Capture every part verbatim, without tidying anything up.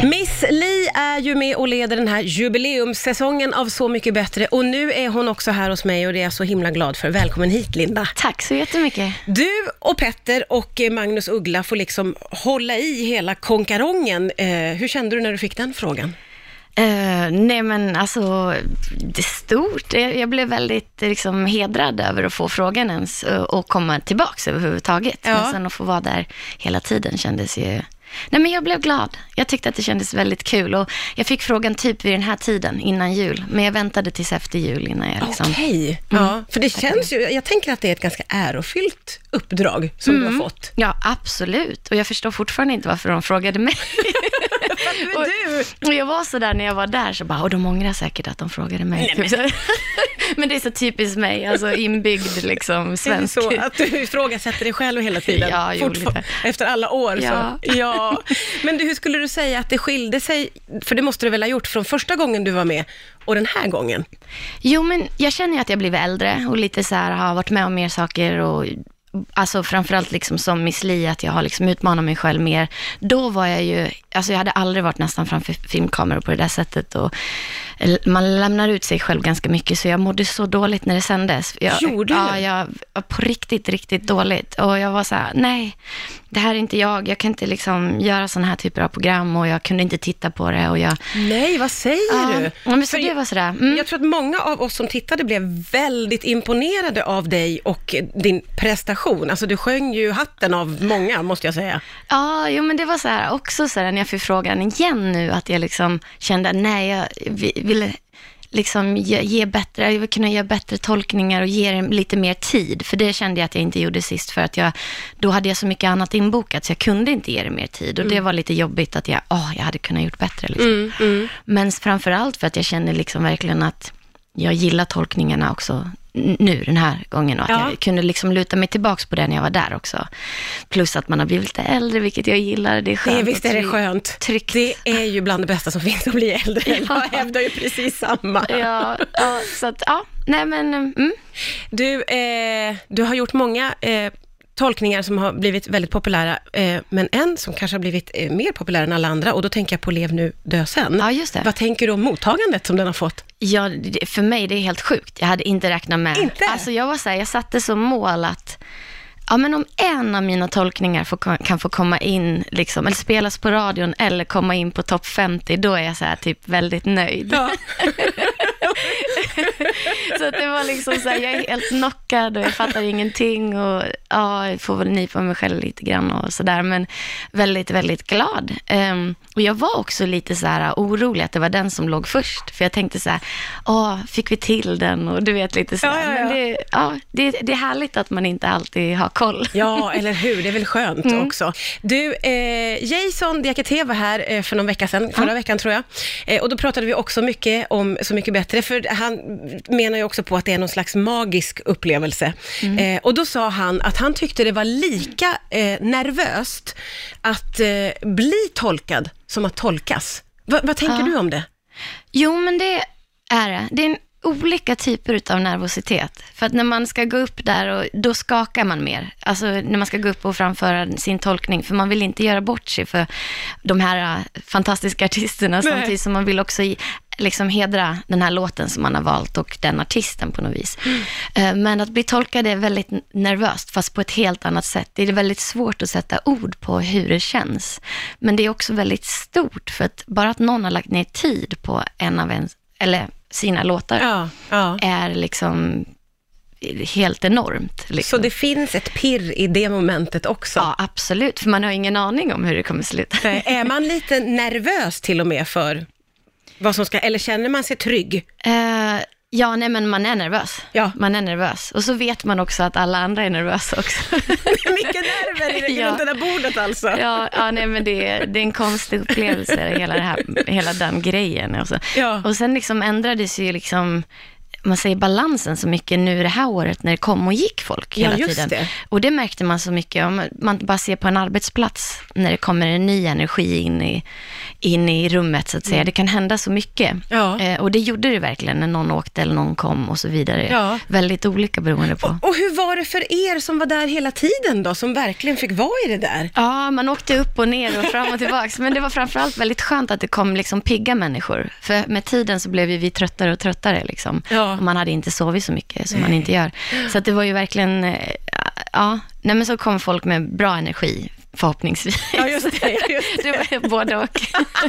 Miss Li är ju med och leder den här jubileumssäsongen av Så mycket bättre. Och nu är hon också här hos mig och det är jag så himla glad för. Välkommen hit, Linda. Tack så jättemycket. Du och Petter och Magnus Uggla får liksom hålla i hela konkarongen. Eh, hur kände du när du fick den frågan? Uh, nej men alltså, det är stort. Jag, jag blev väldigt liksom, hedrad över att få frågan ens uh, och komma tillbaka överhuvudtaget. Ja. Men sen att få vara där hela tiden kändes ju... Nej men jag blev glad. Jag tyckte att det kändes väldigt kul. Och jag fick frågan typ vid den här tiden, innan jul. Men jag väntade tills efter jul innan jag liksom... Okej, okay. mm. ja, för det känns ju... Jag tänker att det är ett ganska ärofyllt uppdrag som mm. du har fått. Ja, absolut. Och jag förstår fortfarande inte varför de frågade mig. Vad är du? Och jag var så där när jag var där så bara, och de ångrar säkert att de frågade mig. Nej, men... men det är så typiskt mig, alltså inbyggd liksom svensk. Är det så att du ifrågasätter dig själv hela tiden? Ja, jo, lite. Efter alla år ja. så. Ja. Men du, hur skulle du säga att det skilde sig, för det måste du väl ha gjort från första gången du var med och den här gången? Jo, men jag känner ju att jag blivit äldre och lite så här har varit med om mer saker och alltså framförallt liksom som Miss Li, att jag har liksom utmanat mig själv mer. Då var jag ju, alltså jag hade aldrig varit nästan framför filmkameror på det där sättet och man lämnar ut sig själv ganska mycket, så jag mådde så dåligt när det sändes. Jag, Gjorde du? Ja, jag var på riktigt, riktigt dåligt och jag var så här, nej, det här är inte jag, jag kan inte liksom göra såna här typer av program och jag kunde inte titta på det och jag... Nej, vad säger ja, du? Ja, men så det var sådär. Mm. Jag tror att många av oss som tittade blev väldigt imponerade av dig och din prestation. Alltså du sjöng ju hatten av många, måste jag säga. Ja, jo, men det var så här också så här, när jag fick frågan igen nu, att jag liksom kände, nej, jag ville liksom ge, ge bättre, jag vill kunna göra bättre tolkningar och ge dem lite mer tid, för det kände jag att jag inte gjorde sist, för att jag, då hade jag så mycket annat inbokat så jag kunde inte ge det mer tid och mm. det var lite jobbigt att jag, åh, jag hade kunnat gjort bättre liksom. Mm, mm. Men framförallt för att jag känner liksom verkligen att jag gillar tolkningarna också nu den här gången och att ja. jag kunde liksom luta mig tillbaks på det när jag var där också. Plus att man har blivit lite äldre, vilket jag gillar. Det är skönt. Det, visst är det skönt. Tryggt. Det är ju bland det bästa som finns att bli äldre. Ja. Jag hävdar ju precis samma. Ja, ja så att, ja. Nej men, mm. Du, eh, du har gjort många eh, tolkningar som har blivit väldigt populära, eh, men en som kanske har blivit eh, mer populär än alla andra, och då tänker jag på Lev nu, dö sen. Ja, just det. Vad tänker du om mottagandet som den har fått? Ja, det, för mig det är helt sjukt. Jag hade inte räknat med. Inte? Alltså jag var så här, jag satte som mål att ja, men om en av mina tolkningar får, kan få komma in liksom, eller spelas på radion eller komma in på topp femtio, då är jag så här typ väldigt nöjd. Ja. Så att det var liksom så här, jag är helt knockad och jag fattar ingenting och ja, jag får väl nypa mig själv lite grann och sådär, men väldigt, väldigt glad. Um, och jag var också lite så här orolig att det var den som låg först, för jag tänkte så här, åh, fick vi till den? Och du vet lite så här, ja, ja, ja. Men det, ja, det, det är härligt att man inte alltid har koll. Ja, eller hur? Det är väl skönt mm. också. Du, eh, Jason Diakité var här eh, för någon vecka sedan, förra mm. veckan tror jag. Eh, och då pratade vi också mycket om Så mycket bättre, för han menar ju också på att det är någon slags magisk upplevelse. Mm. Eh, och då sa han att han tyckte det var lika eh, nervöst att eh, bli tolkad som att tolkas. Va, vad tänker ja. du om det? Jo, men det är det. Det är en olika typer av nervositet. För att när man ska gå upp där, och då skakar man mer. Alltså när man ska gå upp och framföra sin tolkning. För man vill inte göra bort sig för de här fantastiska artisterna. Nej. Samtidigt som man vill också liksom hedra den här låten som man har valt och den artisten på något vis. Mm. Men att bli tolkad är väldigt nervöst, fast på ett helt annat sätt. Det är väldigt svårt att sätta ord på hur det känns. Men det är också väldigt stort, för att bara att någon har lagt ner tid på en av ens, eller sina låtar ja, ja. är liksom helt enormt. Liksom. Så det finns ett pirr i det momentet också? Ja, absolut. För man har ingen aning om hur det kommer sluta. Är man lite nervös till och med för vad som ska, eller känner man sig trygg? Uh, ja, nej, men man är nervös. Ja. Man är nervös. Och så vet man också att alla andra är nervösa också. Mycket nerver i det, ja. runt det där bordet alltså. Ja, ja nej, men det är, det är en konstig upplevelse, hela, det här, hela den grejen. Alltså. Ja. Och sen liksom ändrades ju liksom... man säger balansen så mycket nu det här året när det kom och gick folk hela ja, just tiden. Det. Och det märkte man så mycket om man bara ser på en arbetsplats när det kommer en ny energi in i, in i rummet så att säga. Mm. Det kan hända så mycket. Ja. Eh, och det gjorde det verkligen när någon åkte eller någon kom och så vidare. Ja. Väldigt olika beroende på. Och, och hur var det för er som var där hela tiden då, som verkligen fick vara i det där? Ja, man åkte upp och ner och fram och tillbaka. Men det var framförallt väldigt skönt att det kom liksom pigga människor. För med tiden så blev ju vi tröttare och tröttare liksom. Ja. Och man hade inte sovit så mycket som Nej. man inte gör. Så att det var ju verkligen, ja, nej men så kom folk med bra energi. Förhoppningsvis. Ja, just det. Just det. Det var både och.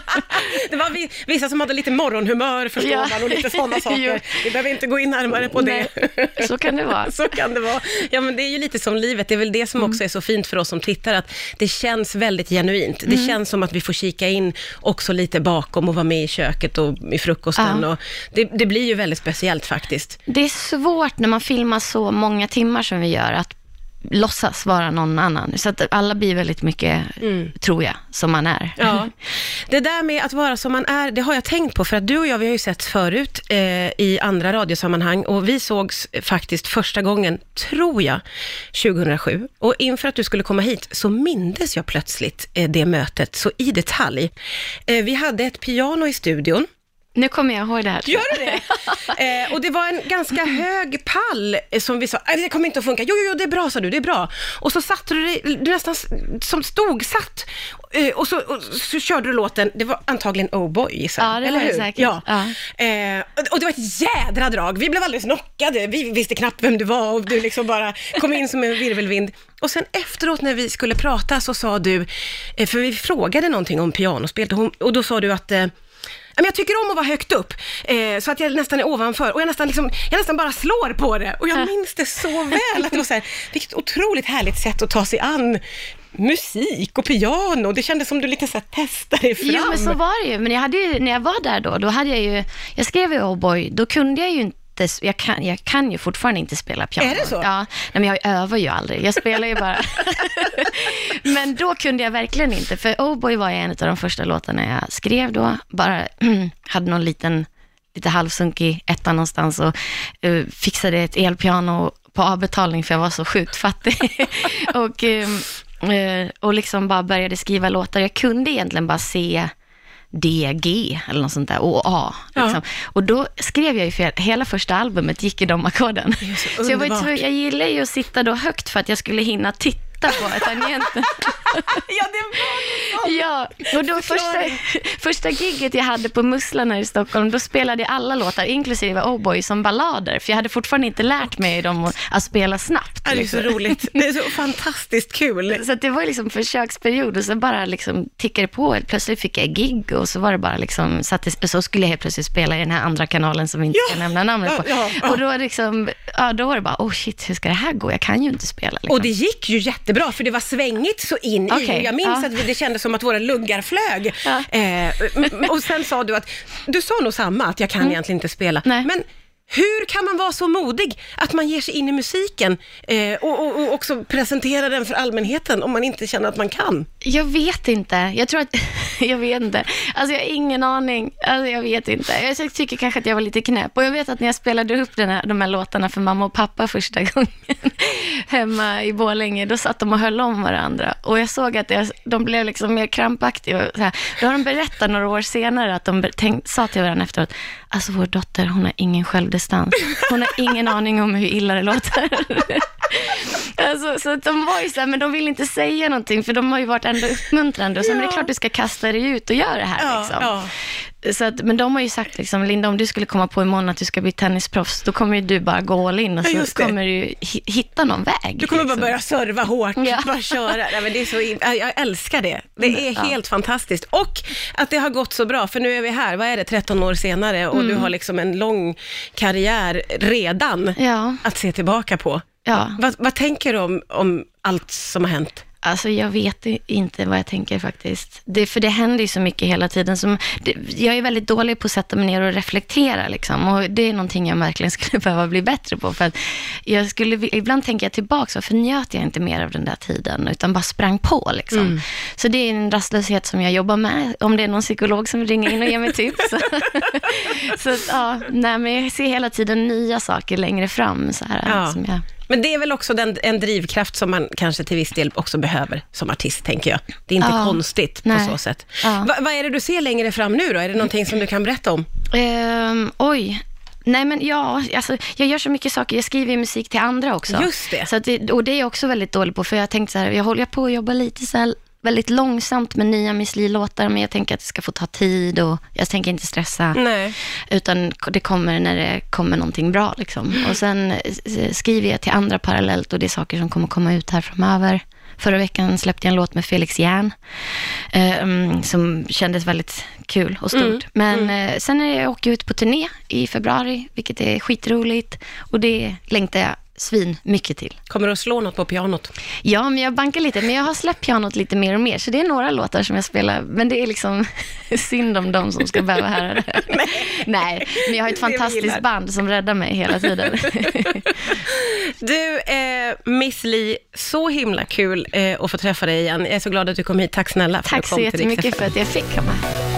Det var vissa som hade lite morgonhumör, förstår ja. man, och lite sådana saker. Vi behöver inte gå in närmare på Nej. det. Så kan det vara. Så kan det vara. Ja, men det är ju lite som livet. Det är väl det som också är så fint för oss som tittar, att det känns väldigt genuint. Det mm. känns som att vi får kika in också lite bakom och vara med i köket och i frukosten. Ja. Och det, det blir ju väldigt speciellt faktiskt. Det är svårt när man filmar så många timmar som vi gör att låtsas vara någon annan. Så att alla blir väldigt mycket, mm. tror jag, som man är. Ja. Det där med att vara som man är, det har jag tänkt på. För att du och jag, vi har ju sett förut eh, i andra radiosammanhang. Och vi sågs faktiskt första gången, tror jag, tjugohundrasju. Och inför att du skulle komma hit så mindes jag plötsligt eh, det mötet så i detalj. Eh, vi hade ett piano i studion. Nu kommer jag ihåg det här. Gör du det? eh, och det var en ganska hög pall som vi sa, det kommer inte att funka. Jo, jo, jo, det är bra, sa du, det är bra. Och så satt du, du nästan som stod, satt. Eh, och, så, och så körde du låten, det var antagligen Oh Boy, gissar. Ja, det eller var hur? Det säkert. Ja. Ja. Eh, och det var ett jädra drag. Vi blev alldeles knockade. Vi visste knappt vem du var och du liksom bara kom in som en virvelvind. Och sen efteråt när vi skulle prata så sa du, eh, för vi frågade någonting om pianospel och, hon, och då sa du att eh, men jag tycker om att vara högt upp, eh, så att jag nästan är ovanför och jag nästan, liksom, jag nästan bara slår på det. Och jag minns det så väl, att det var så här, vilket otroligt härligt sätt att ta sig an musik och piano. Det kändes som du lite så här testade fram. Jo, men så var det ju. Men jag hade ju, när jag var där då, då hade jag ju, jag skrev ju Oh Boy, då kunde jag ju inte Jag kan, jag kan ju fortfarande inte spela piano. Är det så? Ja, nej, men jag övar ju aldrig. Jag spelar ju bara. Men då kunde jag verkligen inte. För Oh Boy var en av de första låtarna jag skrev då. Bara hade någon liten, lite halvsunkig etta någonstans och uh, fixade ett elpiano på avbetalning för jag var så sjukt fattig. och, uh, och liksom bara började skriva låtar. Jag kunde egentligen bara se D, G eller något sånt där, och A liksom. Ja. Och då skrev jag ju för hela första albumet gick i de ackorden. Så, så jag var ju tvungen, jag gillar ju att sitta då högt för att jag skulle hinna titta på tangenten. Ja, det var ja, och då första, första gigget jag hade på Musslarna i Stockholm, då spelade jag alla låtar, inklusive Oh Boy, som ballader. För jag hade fortfarande inte lärt mig dem att, att spela snabbt. Det är liksom så roligt. Det är så fantastiskt kul. Så att det var liksom försöksperiod och så bara liksom tickade på. Plötsligt fick jag gig och så var det bara liksom, så, att, så skulle jag helt plötsligt spela i den här andra kanalen som vi inte ja. ska nämna namnet på. Ja, ja. Och då, liksom, ja, då var det bara, oh shit, hur ska det här gå? Jag kan ju inte spela. Liksom. Och det gick ju jättebra, för det var svängigt så in okay. i. Jag minns ja. att det kändes som att våra luggar flög. Ja. Eh, och sen sa du att, du sa nog samma, att jag kan mm. egentligen inte spela. Nej. Men hur kan man vara så modig att man ger sig in i musiken eh, och, och, och också presentera den för allmänheten om man inte känner att man kan? Jag vet inte. Jag tror att, jag vet inte. Alltså jag har ingen aning. Alltså jag vet inte. Jag tycker kanske att jag var lite knäpp. Och jag vet att när jag spelade upp den här, de här låtarna för mamma och pappa första gången hemma i Borlänge, då satt de och höll om varandra. Och jag såg att jag, de blev liksom mer krampaktiga. Och så här. Då har de berättat några år senare att de tänkt, sa till varandra efteråt, alltså vår dotter, hon har ingen självdistans. Hon har ingen aning om hur illa det låter. Alltså, så att de var ju så här, men de vill inte säga någonting, för de har ju varit ändå uppmuntrande. Och så, ja. Men det är klart du ska kasta dig ut och göra det här. Ja, liksom. Ja. Så att, men de har ju sagt liksom, Linda, om du skulle komma på imorgon att du ska bli tennisproffs, då kommer ju du bara gå all in och så ja, kommer du hitta någon väg. Du kommer liksom. bara börja serva hårt, ja. bara köra. Nej, men det är så, jag älskar det. Det är ja. helt fantastiskt. Och att det har gått så bra, för nu är vi här, vad är det, tretton år senare, och mm. du har liksom en lång karriär redan ja. att se tillbaka på. Ja. Vad, vad tänker du om, om allt som har hänt? Alltså jag vet inte vad jag tänker faktiskt. Det, för det händer ju så mycket hela tiden. Som, det, jag är väldigt dålig på att sätta mig ner och reflektera. Liksom. Och det är någonting jag verkligen skulle behöva bli bättre på. För att jag skulle, ibland tänker jag tillbaka, varför njöt jag inte mer av den där tiden? Utan bara sprang på. Liksom. Mm. Så det är en rastlöshet som jag jobbar med. Om det är någon psykolog som ringer in och ger mig tips. så så ja, nej, men jag ser hela tiden nya saker längre fram. Så här, ja. som jag... Men det är väl också den, en drivkraft som man kanske till viss del också behöver som artist, tänker jag. Det är inte ja. konstigt på Nej. så sätt. Ja. Va, vad är det du ser längre fram nu då? Är det någonting som du kan berätta om? Um, oj... Nej men ja, alltså, jag gör så mycket saker. Jag skriver musik till andra också. Just det. Så att det. Och det är jag också väldigt dålig på. För jag tänkte så här, jag håller på att jobba lite så här, väldigt långsamt med nya Miss Li-låtar. Men jag tänker att det ska få ta tid och jag tänker inte stressa. Nej. Utan det kommer när det kommer någonting bra liksom. Och sen skriver jag till andra parallellt och det är saker som kommer komma ut här framöver. Förra veckan släppte jag en låt med Felix Järn eh, som kändes väldigt kul och stort. Mm. Men mm. Eh, sen är jag åker ut på turné i februari, vilket är skitroligt. Och det längtar jag svin mycket till. Kommer du att slå något på pianot? Ja, men jag bankar lite. Men jag har släppt pianot lite mer och mer. Så det är några låtar som jag spelar. Men det är liksom synd om dem som ska behöva höra det. Nej. Nej, men jag har ett fantastiskt band som räddar mig hela tiden. Du, eh, Miss Li, så himla kul eh, att få träffa dig igen. Jag är så glad att du kom hit. Tack snälla. För Tack att du kom så jättemycket för att jag fick komma.